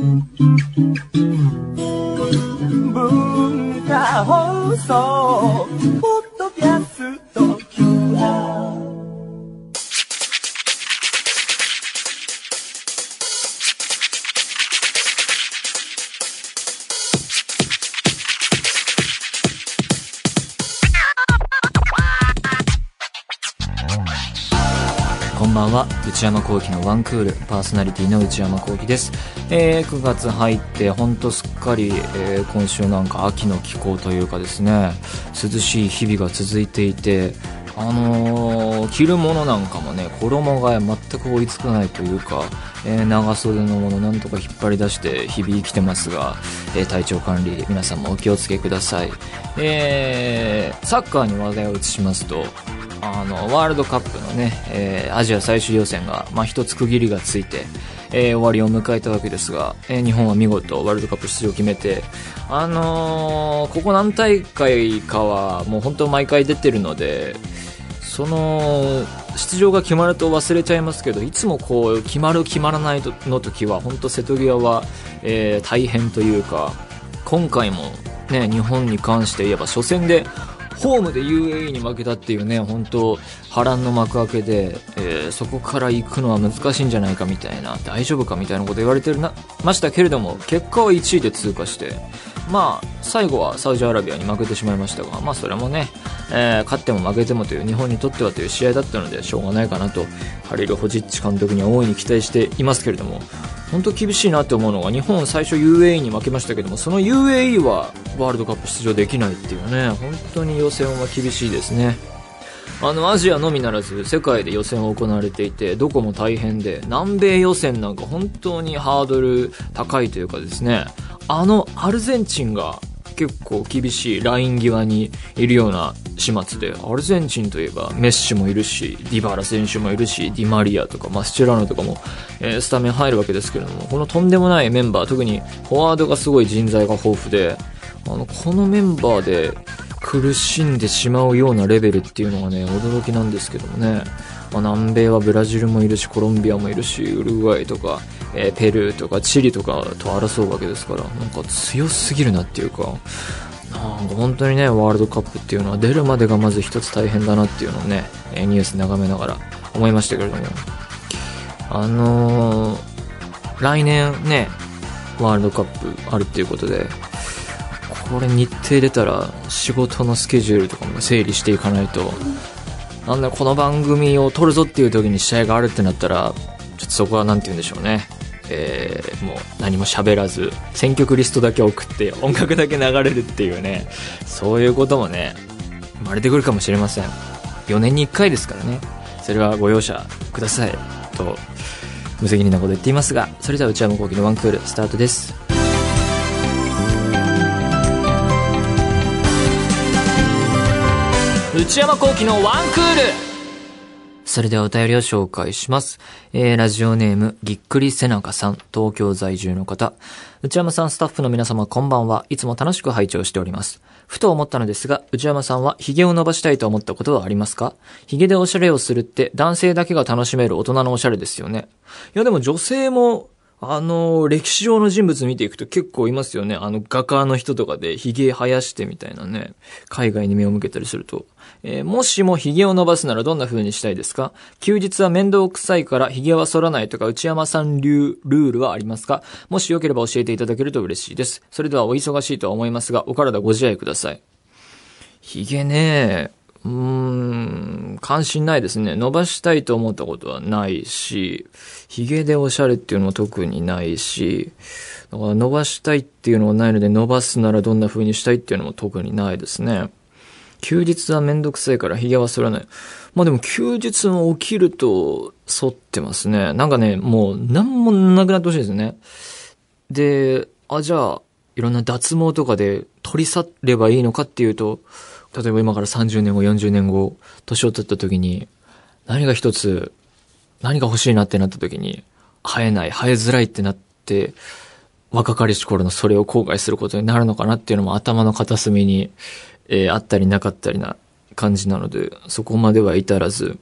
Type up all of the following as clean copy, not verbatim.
文化放送ポッドキャスト QR。 こんばんは、内山聖輝のワンクールパーソナリティの内山聖輝です。9月入ってほんとすっかり、今週なんか秋の気候というかですね、涼しい日々が続いていて、着るものなんかもね、衣が全く追いつかないというか、長袖のものなんとか引っ張り出して日々生きてますが、体調管理皆さんもお気をつけください。サッカーに話題を移しますと、ワールドカップのね、アジア最終予選が、一つ区切りがついて、終わりを迎えたわけですが、日本は見事ワールドカップ出場を決めて、ここ何大会かはもう本当毎回出てるので、その出場が決まると忘れちゃいますけど、いつもこう決まる決まらないの時は本当瀬戸際は、大変というか、今回もね、日本に関して言えば初戦でホームで UAE に負けたっていうね、本当波乱の幕開けで、そこから行くのは難しいんじゃないかみたいな、大丈夫かみたいなこと言われてましたけれども、結果は1位で通過して、最後はサウジアラビアに負けてしまいましたが、それもね、勝っても負けてもという日本にとってはという試合だったのでしょうがないかなと、ハリル・ホジッチ監督には大いに期待していますけれども、本当厳しいなって思うのが、日本最初 UAE に負けましたけども、その UAE はワールドカップ出場できないっていうね、本当に予選は厳しいですね。アジアのみならず世界で予選を行われていて、どこも大変で、南米予選なんか本当にハードル高いというかですね、アルゼンチンが結構厳しいライン際にいるような始末で、アルゼンチンといえばメッシもいるし、ディバラ選手もいるし、ディマリアとかマスチェラーノとかも、スタメン入るわけですけれども、このとんでもないメンバー、特にフォワードがすごい人材が豊富で、このメンバーで苦しんでしまうようなレベルっていうのがね、驚きなんですけどもね。南米はブラジルもいるし、コロンビアもいるし、ウルグアイとか、ペルーとかチリとかと争うわけですから、なんか強すぎるなっていうか、なんか本当にね、ワールドカップっていうのは出るまでがまず一つ大変だなっていうのをね、ニュース眺めながら思いましたけれども、来年ね、ワールドカップあるっていうことで、これ日程出たら仕事のスケジュールとかも整理していかないと、なんだこの番組を撮るぞっていう時に試合があるってなったら、ちょっとそこはなんて言うんでしょうね、もう何も喋らず選曲リストだけ送って音楽だけ流れるっていうね、そういうこともね生まれてくるかもしれません。4年に1回ですからね、それはご容赦くださいと無責任なこと言っていますが、それでは内山聖輝のワンクールスタートです。内山聖輝のワンクール。それではお便りを紹介します。ラジオネームぎっくりせなかさん、東京在住の方。内山さん、スタッフの皆様こんばんは。いつも楽しく拝聴しております。ふと思ったのですが、内山さんは髭を伸ばしたいと思ったことはありますか？髭でおしゃれをするって男性だけが楽しめる大人のおしゃれですよね。いやでも女性も歴史上の人物見ていくと結構いますよね。画家の人とかで髭生やしてみたいなね、海外に目を向けたりすると。もしも髭を伸ばすならどんな風にしたいですか？休日は面倒くさいから髭は剃らないとか内山さん流ルールはありますか？もしよければ教えていただけると嬉しいです。それではお忙しいとは思いますが、お体ご自愛ください。髭ね、関心ないですね。伸ばしたいと思ったことはないし、髭でおしゃれっていうのも特にないし、だから伸ばしたいっていうのもないので、伸ばすならどんな風にしたいっていうのも特にないですね。休日はめんどくさいから髭は剃らない。でも休日も起きると剃ってますね。なんかね、もうなんもなくなってほしいですよね。で、じゃあいろんな脱毛とかで取り去ればいいのかっていうと、例えば今から30年後、40年後、年を取った時に、何が欲しいなってなった時に、生えづらいってなって、若かりし頃のそれを後悔することになるのかなっていうのも頭の片隅に、あったりなかったりな感じなので、そこまでは至らず、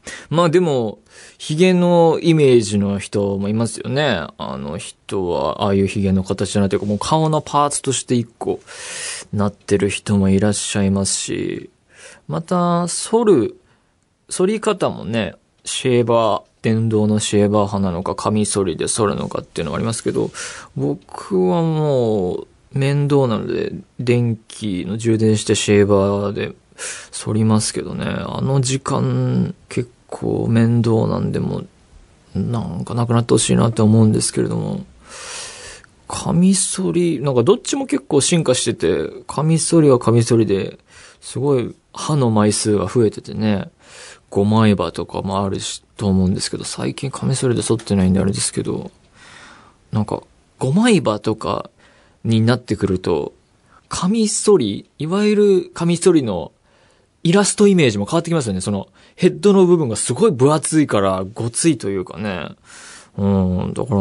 まあでも、髭のイメージの人もいますよね。あの人は、ああいう髭の形じゃないというか、もう顔のパーツとして一個なってる人もいらっしゃいますし、また、剃り方もね、電動のシェーバー派なのか、カミソリで剃るのかっていうのはありますけど、僕はもう、面倒なので、電気の充電してシェーバーで剃りますけどね。あの時間、結構面倒なんでも、なんかなくなってほしいなって思うんですけれども、カミソリ、なんかどっちも結構進化してて、カミソリはカミソリで、すごい刃の枚数が増えててね、5枚刃とかもあるし、と思うんですけど、最近カミソリで剃ってないんであれですけど、なんか、5枚刃とかになってくると、カミソリ、いわゆるカミソリのイラストイメージも変わってきますよね。その、ヘッドの部分がすごい分厚いから、ごついというかね。だから、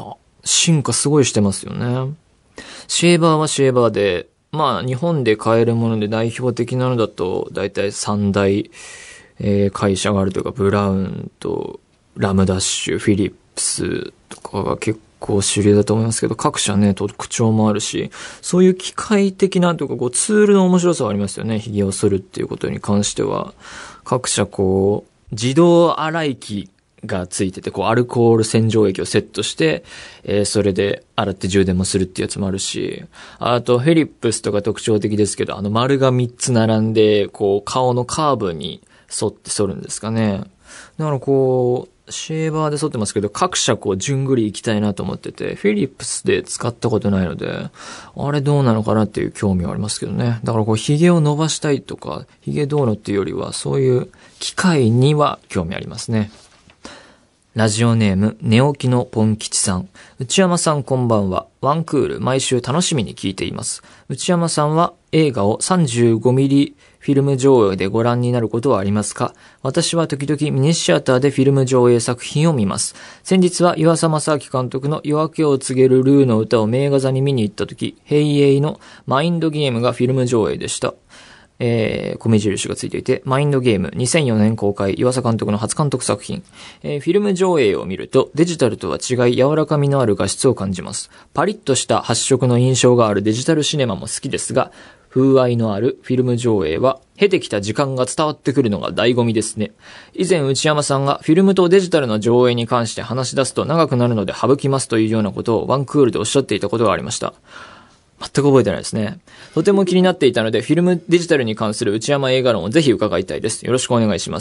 進化すごいしてますよね。シェーバーはシェーバーで、まあ、日本で買えるもので代表的なのだと、だいたい3大、会社があるというか、ブラウンとラムダッシュ、フィリップスとかが結構主流だと思いますけど、各社ね、特徴もあるし、そういう機械的なというか、こう、ツールの面白さはありますよね。髭を剃るっていうことに関しては。各社こう、自動洗い機がついてて、こう、アルコール洗浄液をセットして、それで洗って充電もするっていうやつもあるし、あと、フィリップスとか特徴的ですけど、丸が3つ並んで、こう、顔のカーブに沿って剃るんですかね。だからこう、シェーバーで剃ってますけど、各社こう、順繰り行きたいなと思ってて、フィリップスで使ったことないので、あれどうなのかなっていう興味はありますけどね。だからこう、髭を伸ばしたいとか、髭どうのっていうよりは、そういう機械には興味ありますね。ラジオネーム、寝起きのポン吉さん。内山さんこんばんは。ワンクール毎週楽しみに聞いています。内山さんは映画を35ミリフィルム上映でご覧になることはありますか？私は時々ミニシアターでフィルム上映作品を見ます。先日は岩佐正明監督の夜明けを告げるルーの歌を名画座に見に行った時、ヘイエイのマインドゲームがフィルム上映でした。米印がついていて、マインドゲーム2004年公開、岩佐監督の初監督作品。フィルム上映を見ると、デジタルとは違い柔らかみのある画質を感じます。パリッとした発色の印象があるデジタルシネマも好きですが、風合いのあるフィルム上映は、経てきた時間が伝わってくるのが醍醐味ですね。以前内山さんがフィルムとデジタルの上映に関して話し出すと長くなるので省きますというようなことをワンクールでおっしゃっていたことがありました。全く覚えてないですね。とても気になっていたので、フィルムデジタルに関する内山映画論をぜひ伺いたいです。よろしくお願いします。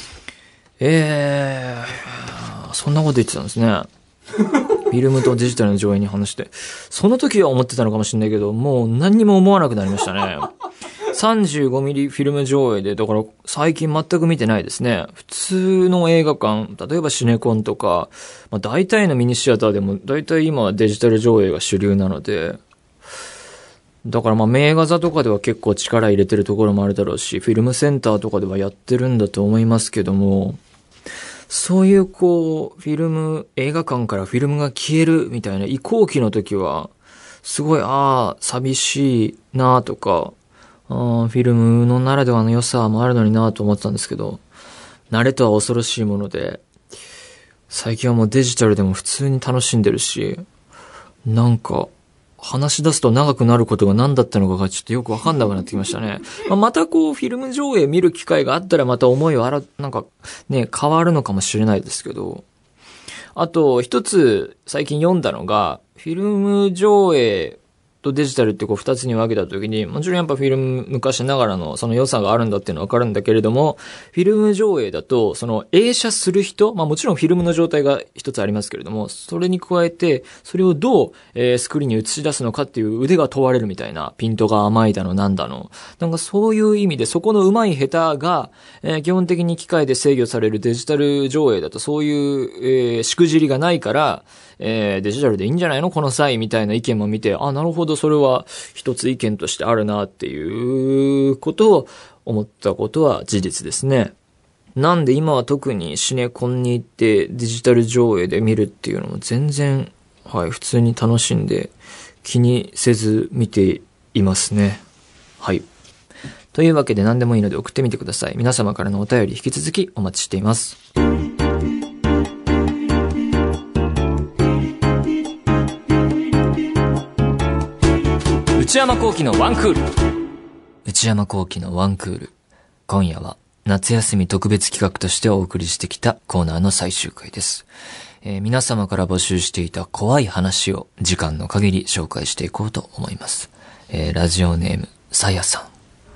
そんなこと言ってたんですね。フィルムとデジタルの上映に話して。その時は思ってたのかもしれないけど、もう何にも思わなくなりましたね。35ミリフィルム上映で、だから最近全く見てないですね。普通の映画館、例えばシネコンとか、大体のミニシアターでも大体今はデジタル上映が主流なので、だから名画座とかでは結構力入れてるところもあるだろうし、フィルムセンターとかではやってるんだと思いますけども、そういうこう、映画館からフィルムが消えるみたいな移行期の時は、すごい、寂しいなとか、フィルムのならではの良さもあるのになと思ってたんですけど、慣れとは恐ろしいもので、最近はもうデジタルでも普通に楽しんでるし、なんか、話し出すと長くなることが何だったのかがちょっとよくわかんなくなってきましたね。またこうフィルム上映見る機会があったらまた思いはなんかね、変わるのかもしれないですけど。あと一つ最近読んだのが、フィルム上映とデジタルってこう二つに分けたときに、もちろんやっぱフィルム昔ながらのその良さがあるんだっていうのはわかるんだけれども、フィルム上映だとその映写する人、もちろんフィルムの状態が一つありますけれども、それに加えてそれをどう、スクリーンに映し出すのかっていう腕が問われるみたいな、ピントが甘いだのなんだの、なんかそういう意味でそこの上手い下手が、基本的に機械で制御されるデジタル上映だとそういう、しくじりがないから、デジタルでいいんじゃないのこの際みたいな意見も見て、なるほどそれは一つ意見としてあるなっていうことを思ったことは事実ですね。なんで今は特にシネコンに行ってデジタル上映で見るっていうのも全然、普通に楽しんで気にせず見ていますね。はい。 というわけで何でもいいので送ってみてください。皆様からのお便り引き続きお待ちしています。内山聖輝のワンクール。内山聖輝のワンクール。今夜は夏休み特別企画としてお送りしてきたコーナーの最終回です。皆様から募集していた怖い話を時間の限り紹介していこうと思います。ラジオネームさやさん。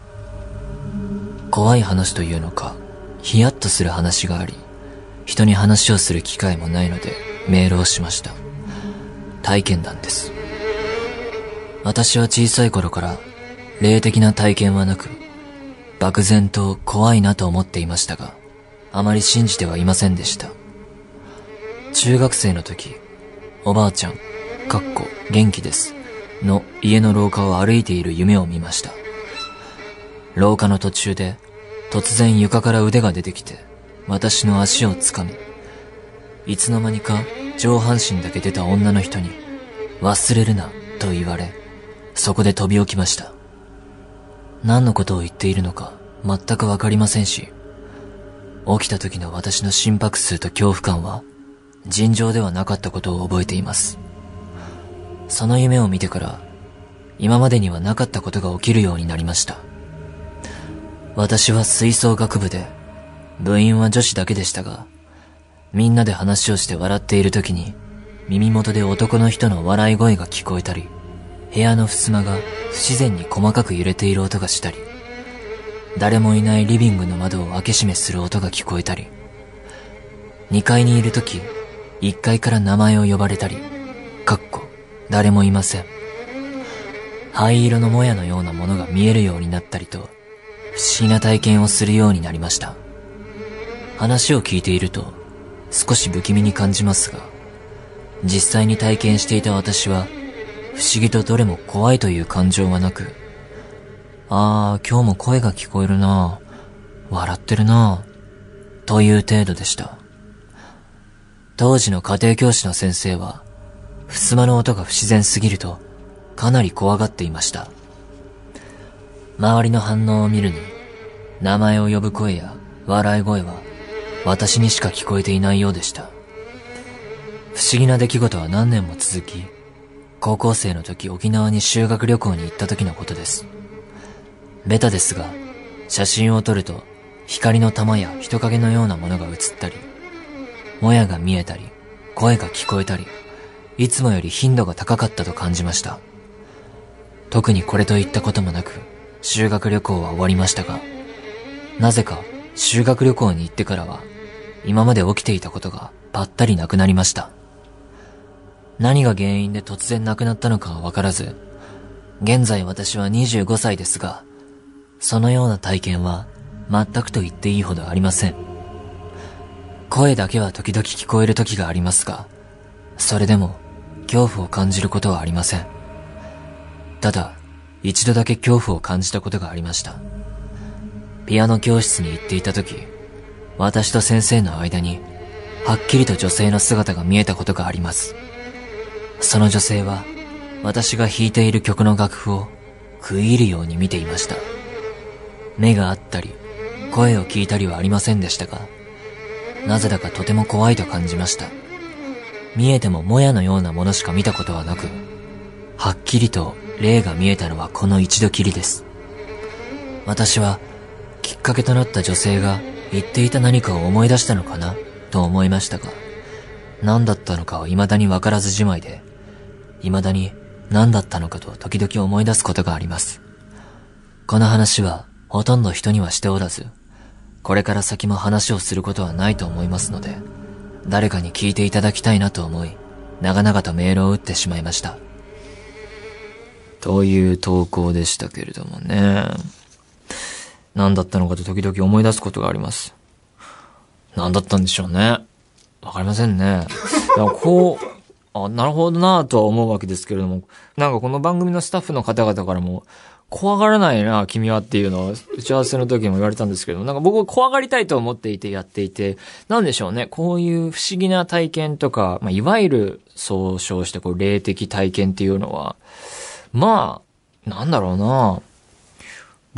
怖い話というのかヒヤッとする話があり、人に話をする機会もないのでメールをしました。体験談です。私は小さい頃から霊的な体験はなく、漠然と怖いなと思っていましたが、あまり信じてはいませんでした。中学生の時、おばあちゃん元気ですの家の廊下を歩いている夢を見ました。廊下の途中で突然床から腕が出てきて私の足をつかみ、いつの間にか上半身だけ出た女の人に忘れるなと言われ、そこで飛び起きました。何のことを言っているのか全くわかりませんし、起きた時の私の心拍数と恐怖感は尋常ではなかったことを覚えています。その夢を見てから今までにはなかったことが起きるようになりました。私は吹奏楽部で部員は女子だけでしたが、みんなで話をして笑っている時に耳元で男の人の笑い声が聞こえたり、部屋の襖が不自然に細かく揺れている音がしたり、誰もいないリビングの窓を開け閉めする音が聞こえたり、2階にいるとき1階から名前を呼ばれたり、誰もいません。灰色のもやのようなものが見えるようになったりと、不思議な体験をするようになりました。話を聞いていると少し不気味に感じますが、実際に体験していた私は不思議とどれも怖いという感情はなく、今日も声が聞こえるな、笑ってるな、という程度でした。当時の家庭教師の先生は、襖の音が不自然すぎるとかなり怖がっていました。周りの反応を見るに、名前を呼ぶ声や笑い声は私にしか聞こえていないようでした。不思議な出来事は何年も続き、高校生の時沖縄に修学旅行に行った時のことです。ベタですが、写真を撮ると光の玉や人影のようなものが映ったり、もやが見えたり、声が聞こえたり、いつもより頻度が高かったと感じました。特にこれといったこともなく、修学旅行は終わりましたが、なぜか修学旅行に行ってからは、今まで起きていたことがぱったりなくなりました。何が原因で突然なくなったのかはわからず、現在私は25歳ですが、そのような体験は全くと言っていいほどありません。声だけは時々聞こえる時がありますが、それでも恐怖を感じることはありません。ただ、一度だけ恐怖を感じたことがありました。ピアノ教室に行っていた時、私と先生の間にはっきりと女性の姿が見えたことがあります。その女性は私が弾いている曲の楽譜を食い入るように見ていました。目があったり声を聞いたりはありませんでしたが、なぜだかとても怖いと感じました。見えてももやのようなものしか見たことはなく、はっきりと霊が見えたのはこの一度きりです。私はきっかけとなった女性が言っていた何かを思い出したのかなと思いましたが、何だったのかは未だにわからずじまいで、未だに何だったのかと時々思い出すことがあります。この話はほとんど人にはしておらず、これから先も話をすることはないと思いますので、誰かに聞いていただきたいなと思い、長々とメールを打ってしまいました。という投稿でしたけれどもね。何だったのかと時々思い出すことがあります。何だったんでしょうね。わかりませんね。でもなるほどなぁとは思うわけですけれども、なんかこの番組のスタッフの方々からも、怖がらないな君はっていうのを打ち合わせの時も言われたんですけども、なんか僕は怖がりたいと思っていてやっていて、なんでしょうね、こういう不思議な体験とか、いわゆる総称して霊的体験っていうのは、なんだろうな、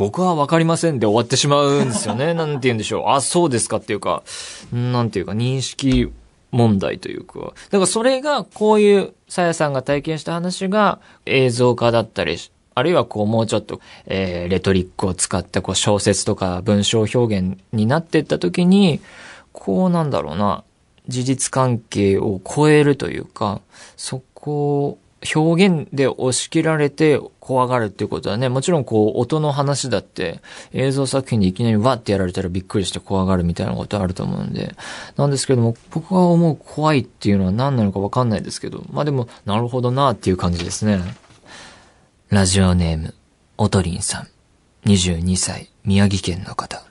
僕はわかりませんで終わってしまうんですよね。なんて言うんでしょう。あ、そうですかっていうか、なんていうか認識問題というか。だからそれがこういうさやさんが体験した話が映像化だったり、あるいはこうもうちょっと、レトリックを使ってこう小説とか文章表現になっていった時に、こうなんだろうな、事実関係を超えるというか、そこを表現で押し切られて怖がるっていうことはね、もちろんこう音の話だって映像作品でいきなりわってやられたらびっくりして怖がるみたいなことあると思うんで、なんですけども僕が思う怖いっていうのは何なのかわかんないですけど、まあでもなるほどなっていう感じですね。ラジオネームおとりんさん、22歳、宮城県の方。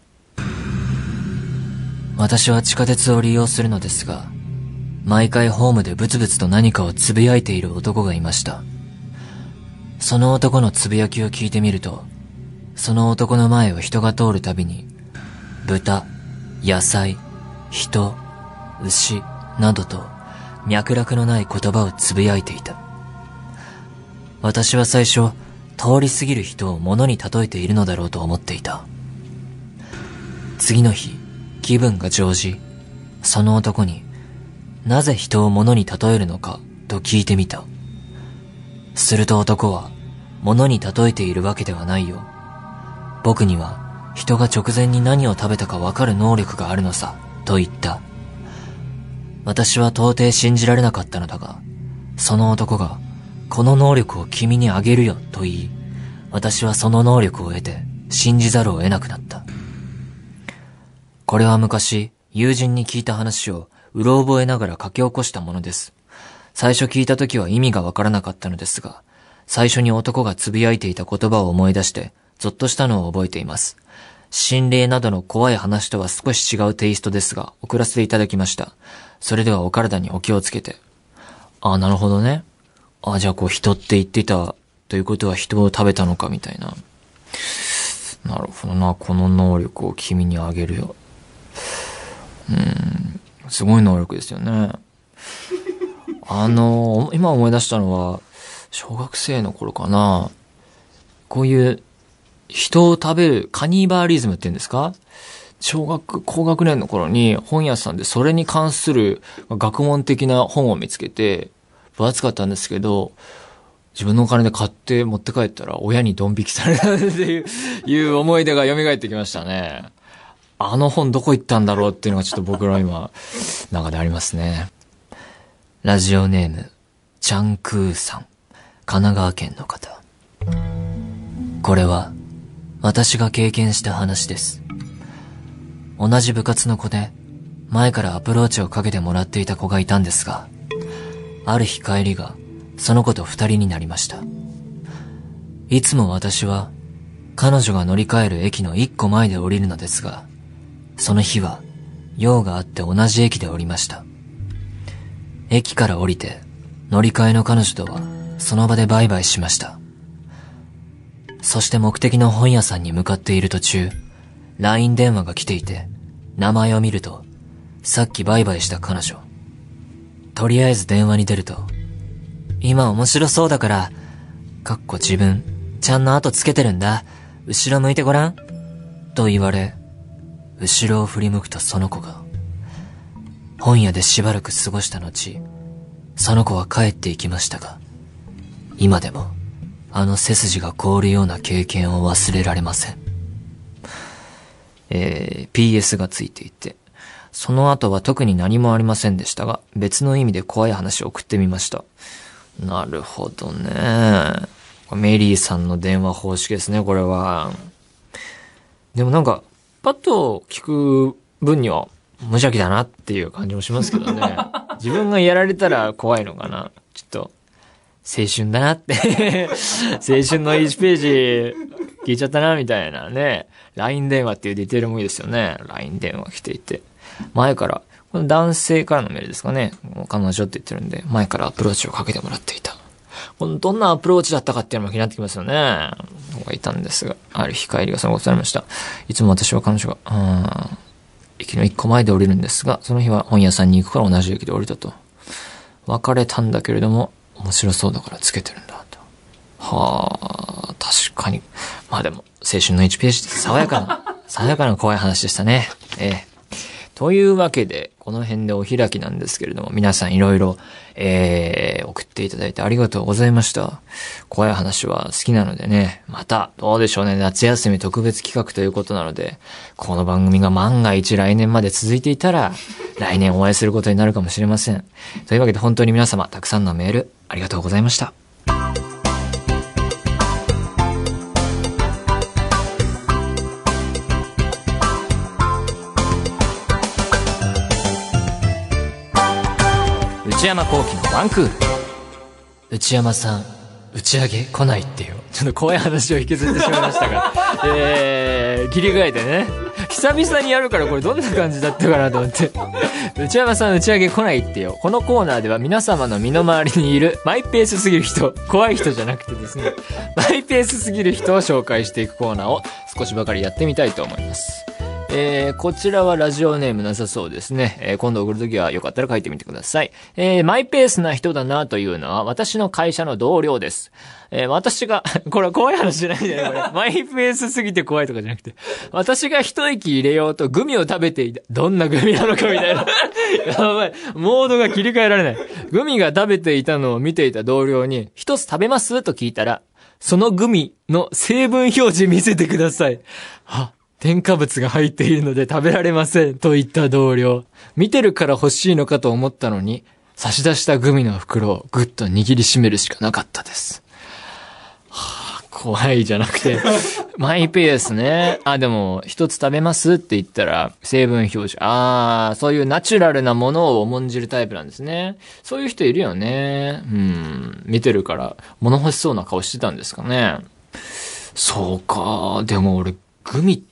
私は地下鉄を利用するのですが、毎回ホームでブツブツと何かをつぶやいている男がいました。その男のつぶやきを聞いてみると、その男の前を人が通るたびに、豚、野菜、人、牛などと脈絡のない言葉をつぶやいていた。私は最初、通り過ぎる人を物に例えているのだろうと思っていた。次の日、気分が乗じ、その男に、なぜ人を物に例えるのかと聞いてみた。すると男は、物に例えているわけではないよ。僕には人が直前に何を食べたかわかる能力があるのさ、と言った。私は到底信じられなかったのだが、その男が、この能力を君にあげるよと言い、私はその能力を得て信じざるを得なくなった。これは昔、友人に聞いた話をうろ覚えながら書き起こしたものです。最初聞いた時は意味がわからなかったのですが、最初に男がつぶやいていた言葉を思い出して、ゾッとしたのを覚えています。心霊などの怖い話とは少し違うテイストですが、送らせていただきました。それではお体にお気をつけて。あ、なるほどね。あ、じゃあこう人って言っていたということは人を食べたのかみたいな。なるほどな、この能力を君にあげるよ。すごい能力ですよね。今思い出したのは、小学生の頃かな。こういう人を食べるカニバーリズムって言うんですか？高学年の頃に本屋さんでそれに関する学問的な本を見つけて、分厚かったんですけど、自分のお金で買って持って帰ったら親にドン引きされたっていう思い出が蘇ってきましたね。あの本どこ行ったんだろうっていうのがちょっと僕ら今、中でありますね。ラジオネーム、チャンクーさん、神奈川県の方。これは、私が経験した話です。同じ部活の子で、前からアプローチをかけてもらっていた子がいたんですが、ある日帰りが、その子と二人になりました。いつも私は、彼女が乗り換える駅の一個前で降りるのですが、その日は、用があって同じ駅で降りました。駅から降りて、乗り換えの彼女とは、その場でバイバイしました。そして目的の本屋さんに向かっている途中、LINE 電話が来ていて、名前を見ると、さっきバイバイした彼女。とりあえず電話に出ると、今面白そうだから、自分、ちゃんの後つけてるんだ。後ろ向いてごらん。と言われ、後ろを振り向くとその子が、本屋でしばらく過ごした後、その子は帰っていきましたが、今でも、あの背筋が凍るような経験を忘れられません。PS がついていて、その後は特に何もありませんでしたが、別の意味で怖い話を送ってみました。なるほどね。メリーさんの電話方式ですね、これは。でもなんか、パッと聞く分には無邪気だなっていう感じもしますけどね。自分がやられたら怖いのかな。ちょっと、青春だなって。青春の1ページ聞いちゃったな、みたいなね。LINE 電話っていうディテールもいいですよね。LINE 電話来ていて。前から、この男性からのメールですかね。彼女って言ってるんで、前からアプローチをかけてもらっていた。このどんなアプローチだったかっていうのも気になってきますよね。がいたんですが、ある日帰りがそのことされました。いつも私は彼女が、駅の一個前で降りるんですが、その日は本屋さんに行くから同じ駅で降りたと。別れたんだけれども、面白そうだからつけてるんだと。はあ、確かに。 まあでも、青春の1ページで爽やかな怖い話でしたね。というわけで、この辺でお開きなんですけれども、皆さんいろいろ、送っていただいてありがとうございました。怖い話は好きなのでね、また、どうでしょうね、夏休み特別企画ということなので、この番組が万が一来年まで続いていたら、来年お会いすることになるかもしれません。というわけで本当に皆様、たくさんのメール、ありがとうございました。内山聖輝のワンクール。内山さん、打ち上げ来ないってよ。ちょっと怖い話を引きずってしまいましたが、切り替えてね。久々にやるからこれどんな感じだったかなと思って。内山さん打ち上げ来ないってよ。このコーナーでは皆様の身の回りにいるマイペースすぎる人、怖い人じゃなくてですね、マイペースすぎる人を紹介していくコーナーを少しばかりやってみたいと思います。こちらはラジオネームなさそうですね。今度送るときはよかったら書いてみてください。マイペースな人だなというのは私の会社の同僚です。私が、これは怖い話じゃないんだよね、これ。マイペースすぎて怖いとかじゃなくて。私が一息入れようとグミを食べていた。どんなグミなのかみたいな。やばい。モードが切り替えられない。グミが食べていたのを見ていた同僚に、一つ食べますと聞いたら、そのグミの成分表示見せてください。添加物が入っているので食べられませんと言った同僚。見てるから欲しいのかと思ったのに、差し出したグミの袋をぐっと握りしめるしかなかったです。怖いじゃなくて、マイペースね。でも、一つ食べますって言ったら、成分表示。そういうナチュラルなものを重んじるタイプなんですね。そういう人いるよね。見てるから、物欲しそうな顔してたんですかね。そうか。でも俺、グミって、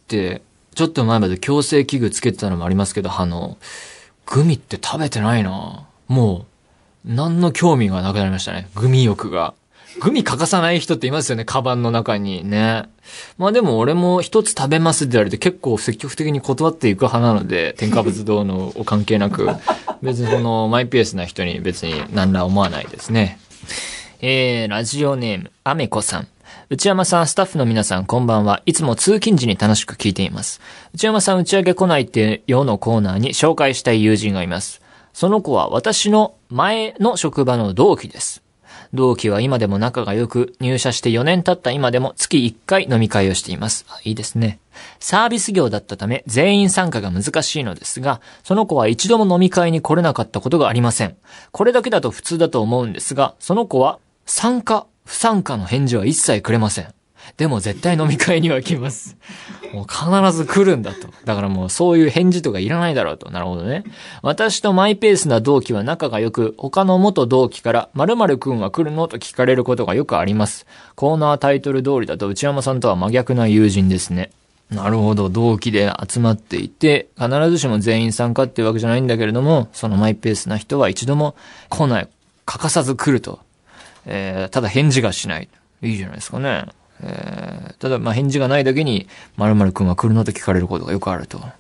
ちょっと前まで矯正器具つけてたのもありますけど、グミって食べてないな。もう、何の興味がなくなりましたね。グミ欲が。グミ欠かさない人っていますよね、カバンの中にね。まあでも俺も一つ食べますって言われて結構積極的に断っていく派なので、添加物どうのを関係なく、別にこのマイペースな人に別に何ら思わないですね。ラジオネーム、アメコさん。内山さん、スタッフの皆さん、こんばんは。いつも通勤時に楽しく聞いています。内山さん、打ち上げ来ないってよのコーナーに紹介したい友人がいます。その子は私の前の職場の同期です。同期は今でも仲が良く、入社して4年経った今でも月1回飲み会をしています。いいですね。サービス業だったため全員参加が難しいのですが、その子は一度も飲み会に来れなかったことがありません。これだけだと普通だと思うんですが、その子は参加、不参加の返事は一切くれません。でも絶対飲み会には来ます。もう必ず来るんだと。だからもうそういう返事とかいらないだろうと。なるほどね。私とマイペースな同期は仲が良く、他の元同期から〇〇くんは来るのと聞かれることがよくあります。コーナータイトル通りだと内山さんとは真逆な友人ですね。なるほど。同期で集まっていて、必ずしも全員参加っていうわけじゃないんだけれども、そのマイペースな人は一度も来ない。欠かさず来ると。ただ返事がしない。いいじゃないですかね。ただ返事がないだけに〇〇くんは来るのと聞かれることがよくあると。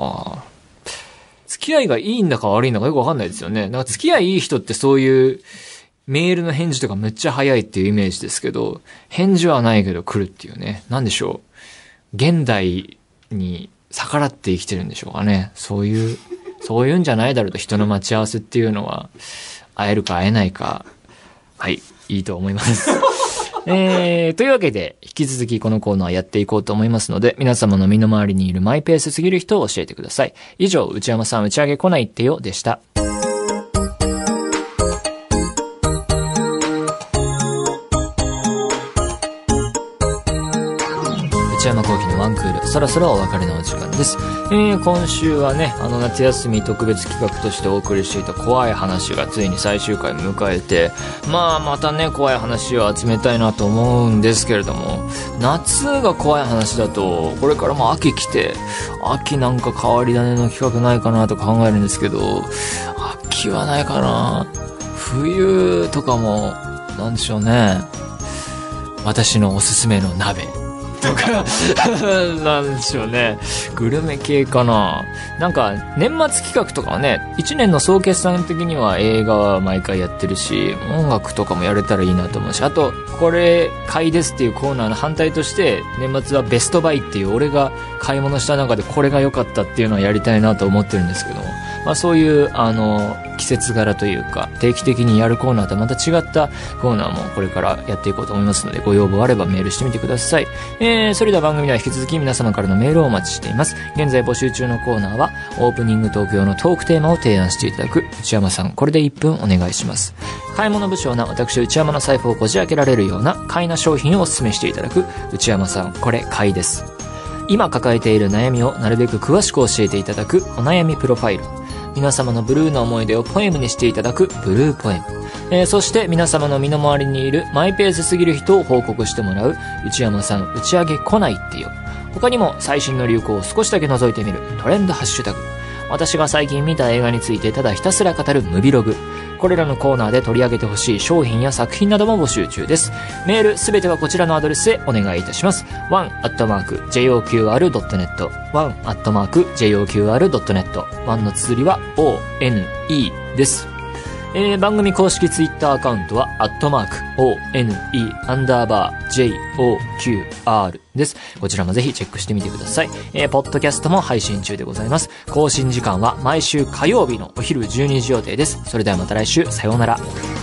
付き合いがいいんだか悪いんだかよくわかんないですよね。なんか付き合いいい人ってそういうメールの返事とかめっちゃ早いっていうイメージですけど、返事はないけど来るっていうね。なんでしょう。現代に逆らって生きてるんでしょうかね。そういうんじゃないだろうと、人の待ち合わせっていうのは会えるか会えないか。はい、いいと思います。というわけで、引き続きこのコーナーやっていこうと思いますので、皆様の身の回りにいるマイペースすぎる人を教えてください。以上、内山さん打ち上げ来ないってよでした。内山聖輝のワンクール、そろそろお別れのお時間です。今週はね、夏休み特別企画としてお送りしていた怖い話がついに最終回を迎えて、またね、怖い話を集めたいなと思うんですけれども、夏が怖い話だと、これからも秋来て、秋なんか変わり種の企画ないかなと考えるんですけど、秋はないかな。冬とかも、なんでしょうね。私のおすすめの鍋。 とかなんでしょうね。グルメ系かな。なんか年末企画とかはね、1年の総決算的には映画は毎回やってるし、音楽とかもやれたらいいなと思うし、あとこれ買いですっていうコーナーの反対として年末はベストバイっていう俺が買い物した中でこれが良かったっていうのをやりたいなと思ってるんですけども、まあそういう季節柄というか定期的にやるコーナーとまた違ったコーナーもこれからやっていこうと思いますので、ご要望あればメールしてみてください。それでは番組では引き続き皆様からのメールをお待ちしています。現在募集中のコーナーはオープニングトーク用のトークテーマを提案していただく内山さん、これで1分お願いします。買い物不詳な私内山の財布をこじ開けられるような買いな商品をお勧めしていただく内山さん、これ買いです。今抱えている悩みをなるべく詳しく教えていただくお悩みプロファイル、皆様のブルーの思い出をポエムにしていただくブルーポエム、そして皆様の身の回りにいるマイペースすぎる人を報告してもらう内山さん打ち上げ来ないってよ。他にも最新の流行を少しだけ覗いてみるトレンドハッシュタグ、私が最近見た映画についてただひたすら語るムビログ、これらのコーナーで取り上げてほしい商品や作品なども募集中です。メールすべてはこちらのアドレスへお願いいたします。one@joqr.net one@joqr.net 1の綴りは ONE です。番組公式ツイッターアカウントは@ONE_JOQR です。こちらもぜひチェックしてみてください。ポッドキャストも配信中でございます。更新時間は毎週火曜日のお昼12時予定です。それではまた来週、さようなら。